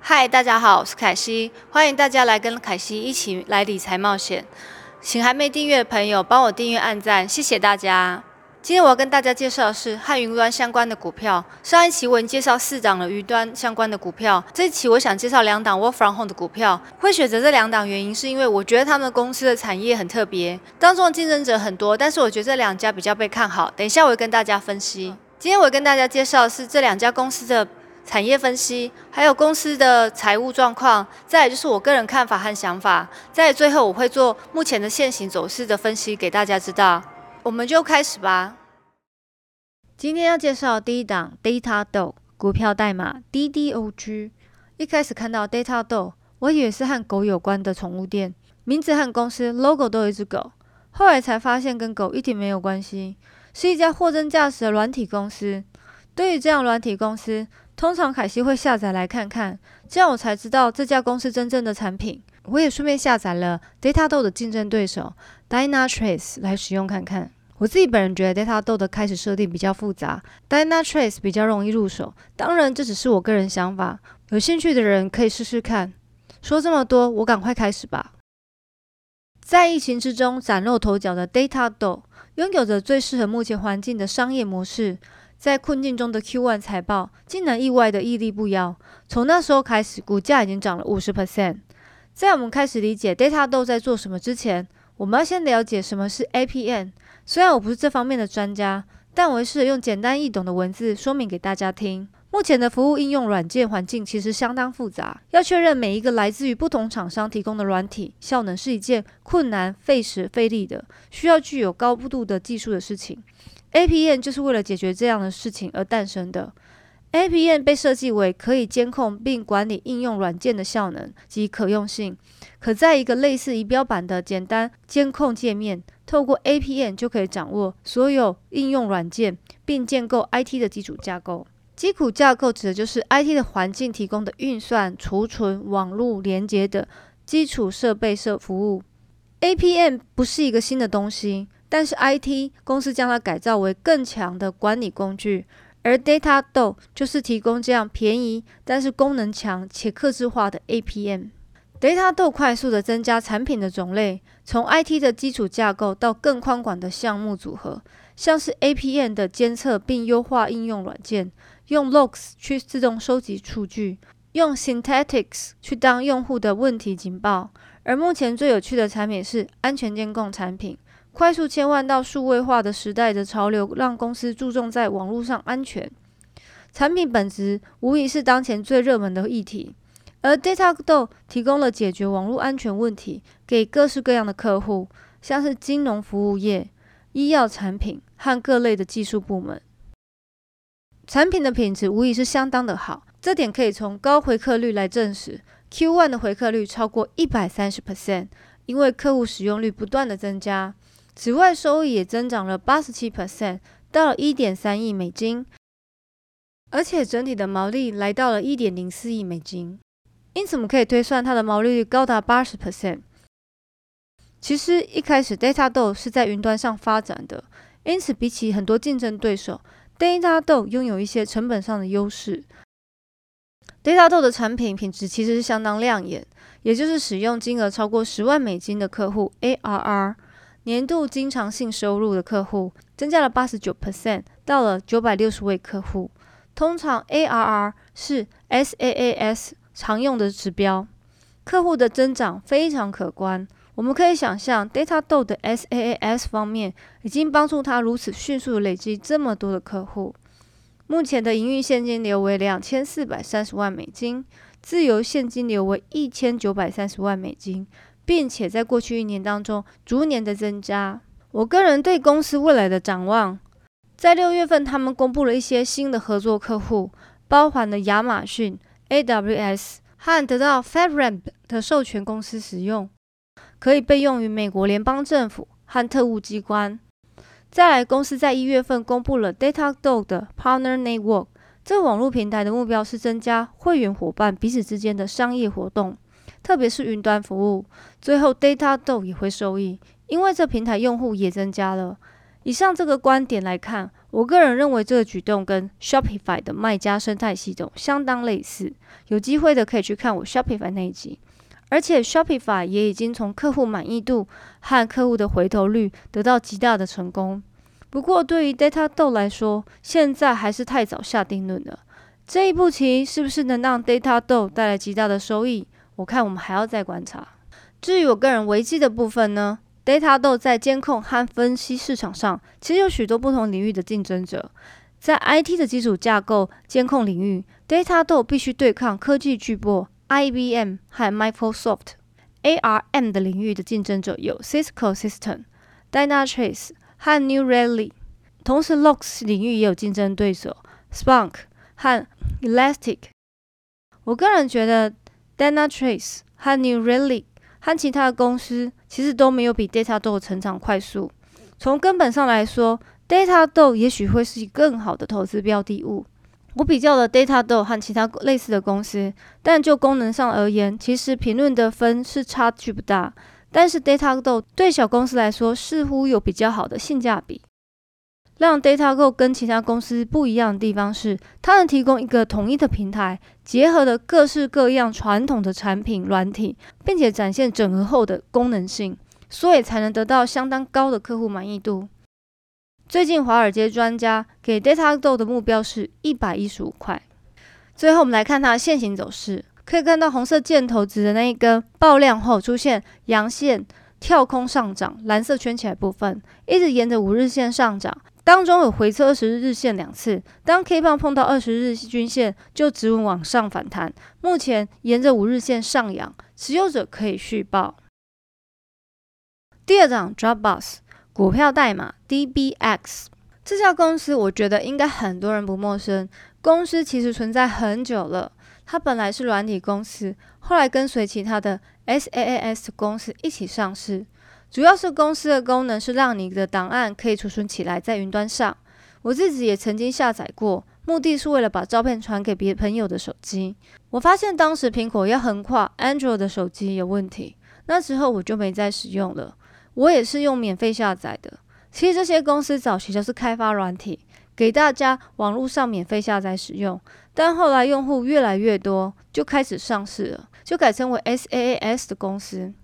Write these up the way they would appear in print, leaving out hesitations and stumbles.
嗨，大家好，我是凯西，欢迎大家来跟凯西一起来理财冒险。请还没订阅的朋友帮我订阅按赞，谢谢大家。今天我要跟大家介绍的是和云端相关的股票。上一期我已经介绍4档了云端相关的股票，这一期我想介绍2档 Work from Home 的股票。会选择这2档原因是因为我觉得他们公司的产业很特别，当中的竞争者很多，但是我觉得这2家比较被看好。等一下我会跟大家分析。今天我会跟大家介绍的是这2家公司的产业分析，还有公司的财务状况，再来就是我个人看法和想法，再来最后我会做目前的现行走势的分析给大家知道。我们就开始吧。今天要介绍第一档 Datadog 股票代码 DDOG。一开始看到 Datadog， 我以为是和狗有关的宠物店，名字和公司 logo 都有一只狗，后来才发现跟狗一点没有关系，是一家货真价实的软体公司。对于这样软体公司，通常凯西会下载来看看，这样我才知道这家公司真正的产品。我也顺便下载了 Datadog 的竞争对手 Dynatrace 来使用看看。我自己本人觉得 Datadog 的开始设定比较复杂， Dynatrace 比较容易入手。当然这只是我个人想法，有兴趣的人可以试试看。说这么多，我赶快开始吧。在疫情之中崭露头角的 Datadog 拥有着最适合目前环境的商业模式，在困境中的 Q1 财报竟然意外的屹立不摇，从那时候开始股价已经涨了 50%。 在我们开始理解 Datadog 在做什么之前，我们要先了解什么是 APM。 虽然我不是这方面的专家，但我会试着用简单易懂的文字说明给大家听。目前的服务应用软件环境其实相当复杂，要确认每一个来自于不同厂商提供的软体效能是一件困难、费时费力的，需要具有高度的技术的事情。APM 就是为了解决这样的事情而诞生的。APM 被设计为可以监控并管理应用软件的效能及可用性，可在一个类似仪表板的简单监控界面，透过 APM 就可以掌握所有应用软件，并建构 IT 的基础架构。基础架构指的就是 IT 的环境提供的运算、储存、网络连接的基础设备服务。APM 不是一个新的东西，但是 IT 公司将它改造为更强的管理工具，而 Datadog 就是提供这样便宜但是功能强且客制化的 APM。Datadog 快速的增加产品的种类，从 IT 的基础架构到更宽广的项目组合，像是 APM 的监测并优化应用软件，用 Logs 去自动收集数据，用 Synthetics 去当用户的问题警报。而目前最有趣的产品是安全监控产品。快速切换到数位化的时代的潮流，让公司注重在网络上安全。产品本质无疑是当前最热门的议题，而 Datadog 提供了解决网络安全问题给各式各样的客户，像是金融服务业、医药产品和各类的技术部门。产品的品质无疑是相当的好，这点可以从高回客率来证实。Q1 的回客率超过 130%， 因为客户使用率不断的增加。此外，收益也增长了 87%， 到了 1.3 亿美金，而且整体的毛利来到了 1.04 亿美金，因此我们可以推算它的毛利率高达 80%。 其实一开始 Datadog 是在云端上发展的，因此比起很多竞争对手， Datadog 拥有一些成本上的优势。Datadog 的产品品质其实是相当亮眼，也就是使用金额超过10万美金的客户 ARR，年度经常性收入的客户增加了 89%， 到了960位客户。通常 ARR 是 SaaS 常用的指标，客户的增长非常可观。我们可以想象 Datadog 的 SaaS 方面已经帮助他如此迅速的累积这么多的客户。目前的营运现金流为2430万美金，自由现金流为1930万美金，并且在过去1年当中逐年的增加。我个人对公司未来的展望，在6月份他们公布了一些新的合作客户，包含了亚马逊、AWS 和得到 FedRAMP 的授权公司使用，可以被用于美国联邦政府和特务机关。再来，公司在1月份公布了 Datadog 的 Partner Network， 这个网络平台的目标是增加会员伙伴彼此之间的商业活动，特别是云端服务。最后 Datadog 也会受益，因为这平台用户也增加了。以上这个观点来看， 我个人认为这个举动跟 Shopify 的卖家生态系统相当类似，有机会的可以去看我 Shopify 那一集。而且 Shopify 也已经从客户满意度和客户的回头率得到极大的成功。不过对于 Datadog 来说，现在还是太早下定论了。这一步棋是不是能让 Datadog 带来极大的收益？我看我们还要再观察。至于我个人危机的部分呢，Datadog 在监控和分析市场上，其实有许多不同领域的竞争者。在 IT 的基础架构监控领域 ，Datadog 必须对抗科技巨擘 IBM 和 Microsoft。ARM 的领域的竞争者有 Cisco System、Dynatrace 和 New Relic。同时 Logs 领域也有竞争对手 Splunk 和 Elastic。我个人觉得 Dynatrace 和 New Relic 和其他的公司其实都没有比 Datadog 成长快速。从根本上来说 Datadog 也许会是更好的投资标的物。我比较了 Datadog 和其他类似的公司，但就功能上而言，其实评论的分是差距不大。但是 Datadog 对小公司来说似乎有比较好的性价比。让 Datadog 跟其他公司不一样的地方是，它能提供一个统一的平台，结合了各式各样传统的产品软体，并且展现整合后的功能性，所以才能得到相当高的客户满意度。最近华尔街专家给 Datadog 的目标是115块。最后我们来看它的线型走势，可以看到红色箭头指的那一根爆量后出现阳线跳空上涨，蓝色圈起来部分一直沿着5日线上涨，当中有回测20日线2次，当 K 棒碰到20日均线就直稳往上反弹，目前沿着5日线上扬，持有者可以续抱。第二档 Dropbox 股票代码 DBX。 这家公司我觉得应该很多人不陌生，公司其实存在很久了，它本来是软体公司，后来跟随其他的 SaaS 公司一起上市。主要是公司的功能是让你的档案可以储存起来在云端上，我自己也曾经下载过，目的是为了把照片传给别朋友的手机。我发现当时苹果要横跨 Android 的手机有问题，那之后我就没再使用了。我也是用免费下载的。其实这些公司早期就是开发软体，给大家网络上免费下载使用，但后来用户越来越多，就开始上市了，就改称为 SaaS 的公司。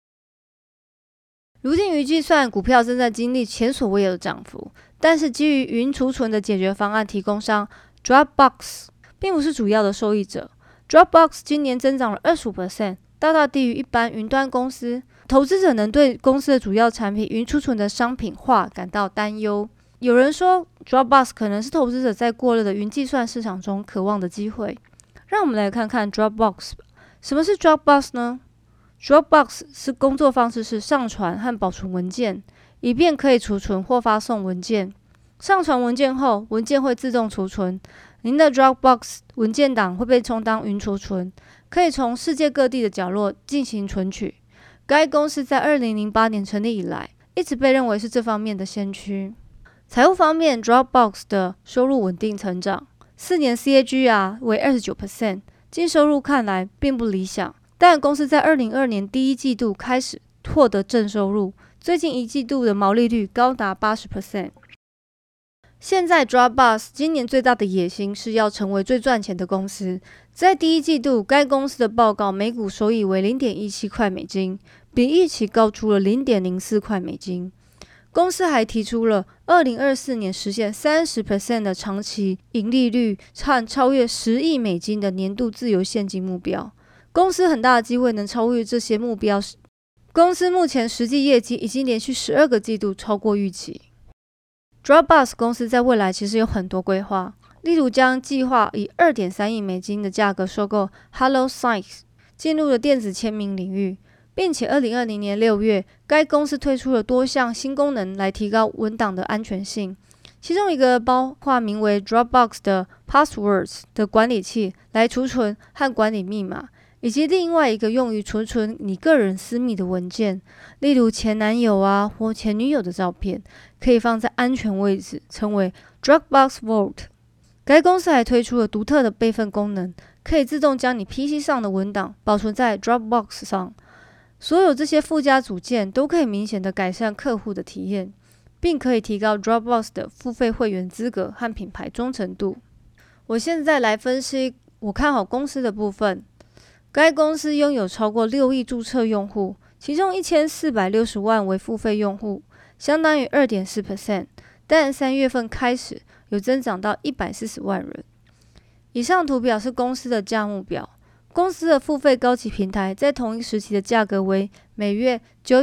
如今云计算股票正在经历前所未有的涨幅，但是基于云储存的解决方案提供商 Dropbox 并不是主要的受益者。Dropbox 今年增长了 25%， 大大低于一般云端公司。投资者能对公司的主要产品云储存的商品化感到担忧。有人说 Dropbox 可能是投资者在过热的云计算市场中渴望的机会。让我们来看看 Dropbox。 什么是 Dropbox 呢？ Dropbox 是工作方式是上传和保存文件，以便可以储存或发送文件。上传文件后，文件会自动储存，您的 Dropbox 文件档会被充当云储存，可以从世界各地的角落进行存取。该公司在2008年成立以来，一直被认为是这方面的先驱。财务方面 ，Dropbox 的收入稳定成长，4年 CAGR 为 29%， 净收入看来并不理想，但公司在2022年第一季度开始获得正收入，最近一季度的毛利率高达 80%。现在 Dropbox 今年最大的野心是要成为最赚钱的公司。在第一季度，该公司的报告每股收益为 0.17 块美金，比预期高出了 0.04 块美金。公司还提出了2024年实现 30% 的长期盈利率和超越10亿美金的年度自由现金目标。公司很大的机会能超越这些目标。公司目前实际业绩已经连续12个季度超过预期。Dropbox 公司在未来其实有很多规划，例如将计划以 2.3 亿美金的价格收购 HelloSign， 进入了电子签名领域，并且2020年6月，该公司推出了多项新功能来提高文档的安全性，其中一个包括名为 Dropbox 的 Passwords 的管理器来储存和管理密码，以及另外一个用于储存你个人私密的文件，例如前男友或前女友的照片，可以放在安全位置，称为 Dropbox Vault。 该公司还推出了独特的备份功能，可以自动将你 PC 上的文档保存在 Dropbox 上。所有这些附加组件都可以明显的改善客户的体验， 并可以提高 Dropbox 的付费会员资格和品牌忠诚度。我现在来分析我看好公司的部分。该公司拥有超过6亿注册用户，其中1460万为付费用户，相当于 2.4%， 但3月份开始有增长到140万人。以上图表是公司的价目表，公司的付费高级平台在同一时期的价格为每月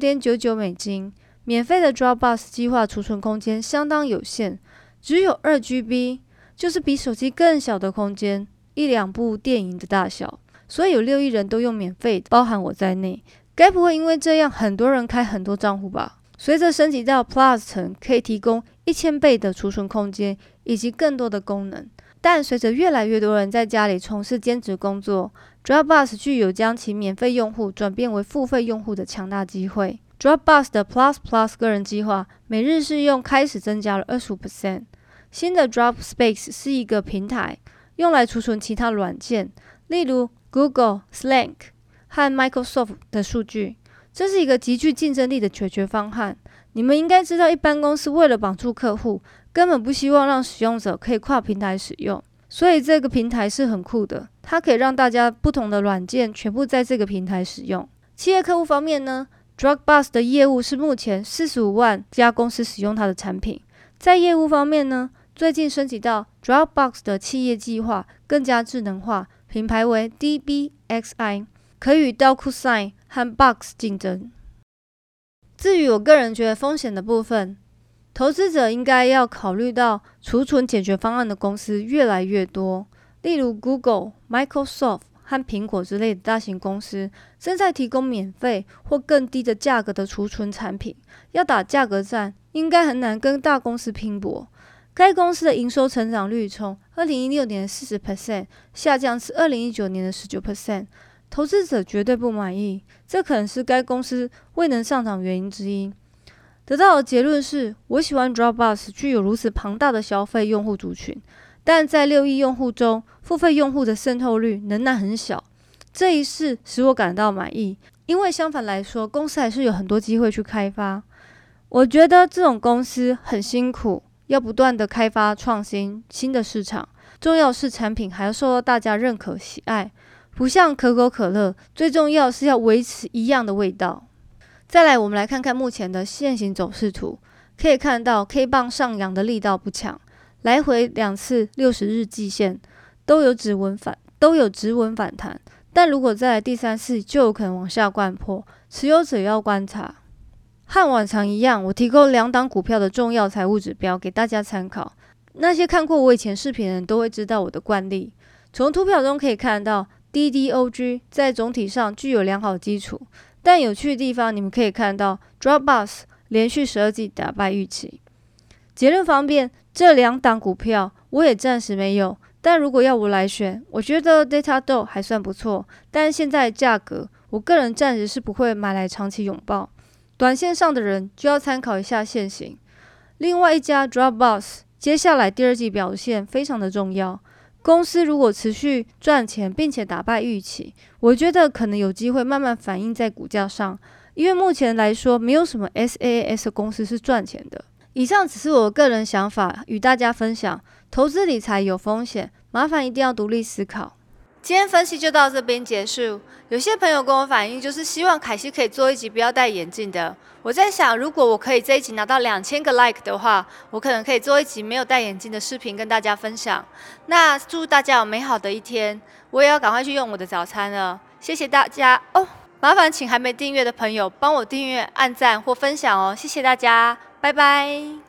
$9.99，免费的 Dropbox 计划储存空间相当有限，只有 2GB， 就是比手机更小的空间，1-2部电影的大小。所以有6亿人都用免费的，包含我在内。该不会因为这样很多人开很多账户吧？随着升级到 Plus 层，可以提供1000倍的储存空间以及更多的功能。但随着越来越多人在家里从事兼职工作， Dropbox 具有将其免费用户转变为付费用户的强大机会。Dropbox 的 Plus 个人计划每日试用开始增加了 25%。新的 Dropspace 是一个平台，用来储存其他软件，例如Google、Slack 和 Microsoft 的数据，这是一个极具竞争力的解决方案。你们应该知道，一般公司为了绑住客户，根本不希望让使用者可以跨平台使用，所以这个平台是很酷的，它可以让大家不同的软件全部在这个平台使用。企业客户方面呢， Dropbox 的业务是目前45万家公司使用它的产品。在业务方面呢，最近升级到 Dropbox 的企业计划更加智能化，品牌为 DBXI， 可与 DocuSign 和 Box 竞争。至于我个人觉得风险的部分，投资者应该要考虑到储存解决方案的公司越来越多，例如 Google、Microsoft 和苹果之类的大型公司正在提供免费或更低的价格的储存产品，要打价格战应该很难跟大公司拼搏。该公司的营收成长率从2016年的 40% 下降至2019年的 19%， 投资者绝对不满意，这可能是该公司未能上涨原因之一。得到的结论是，我喜欢 Dropbox 具有如此庞大的消费用户族群，但在6亿用户中，付费用户的渗透率仍然很小。这一事使我感到满意，因为相反来说，公司还是有很多机会去开发。我觉得这种公司很辛苦，要不断的开发创新新的市场，重要是产品还要受到大家认可喜爱，不像可口可乐，最重要是要维持一样的味道。再来，我们来看看目前的线型走势图，可以看到 K 棒上扬的力道不强，来回2次60日季线都有止稳反弹，但如果再来第3次，就有可能往下掼破，持有者要观察。和往常一样，我提供2档股票的重要财务指标给大家参考。那些看过我以前视频的人都会知道我的惯例。从图表中可以看到 DDOG 在总体上具有良好的基础，但有趣的地方你们可以看到 Dropbox 连续12季打败预期。结论方面，这2档股票我也暂时没有，但如果要我来选，我觉得 Datadog 还算不错，但现在价格我个人暂时是不会买来长期拥抱。短线上的人就要参考一下现行。另外一家 Dropbox 接下来第2季表现非常的重要，公司如果持续赚钱并且打败预期，我觉得可能有机会慢慢反映在股价上，因为目前来说没有什么 SaaS 的公司是赚钱的。以上只是我个人想法，与大家分享。投资理财有风险，麻烦一定要独立思考。今天分析就到这边结束。有些朋友跟我反映，就是希望凯西可以做一集不要戴眼镜的。我在想，如果我可以这一集拿到2000个 like 的话，我可能可以做一集没有戴眼镜的视频跟大家分享。那祝大家有美好的一天，我也要赶快去用我的早餐了。谢谢大家哦，麻烦请还没订阅的朋友帮我订阅、按赞或分享哦，谢谢大家，拜拜。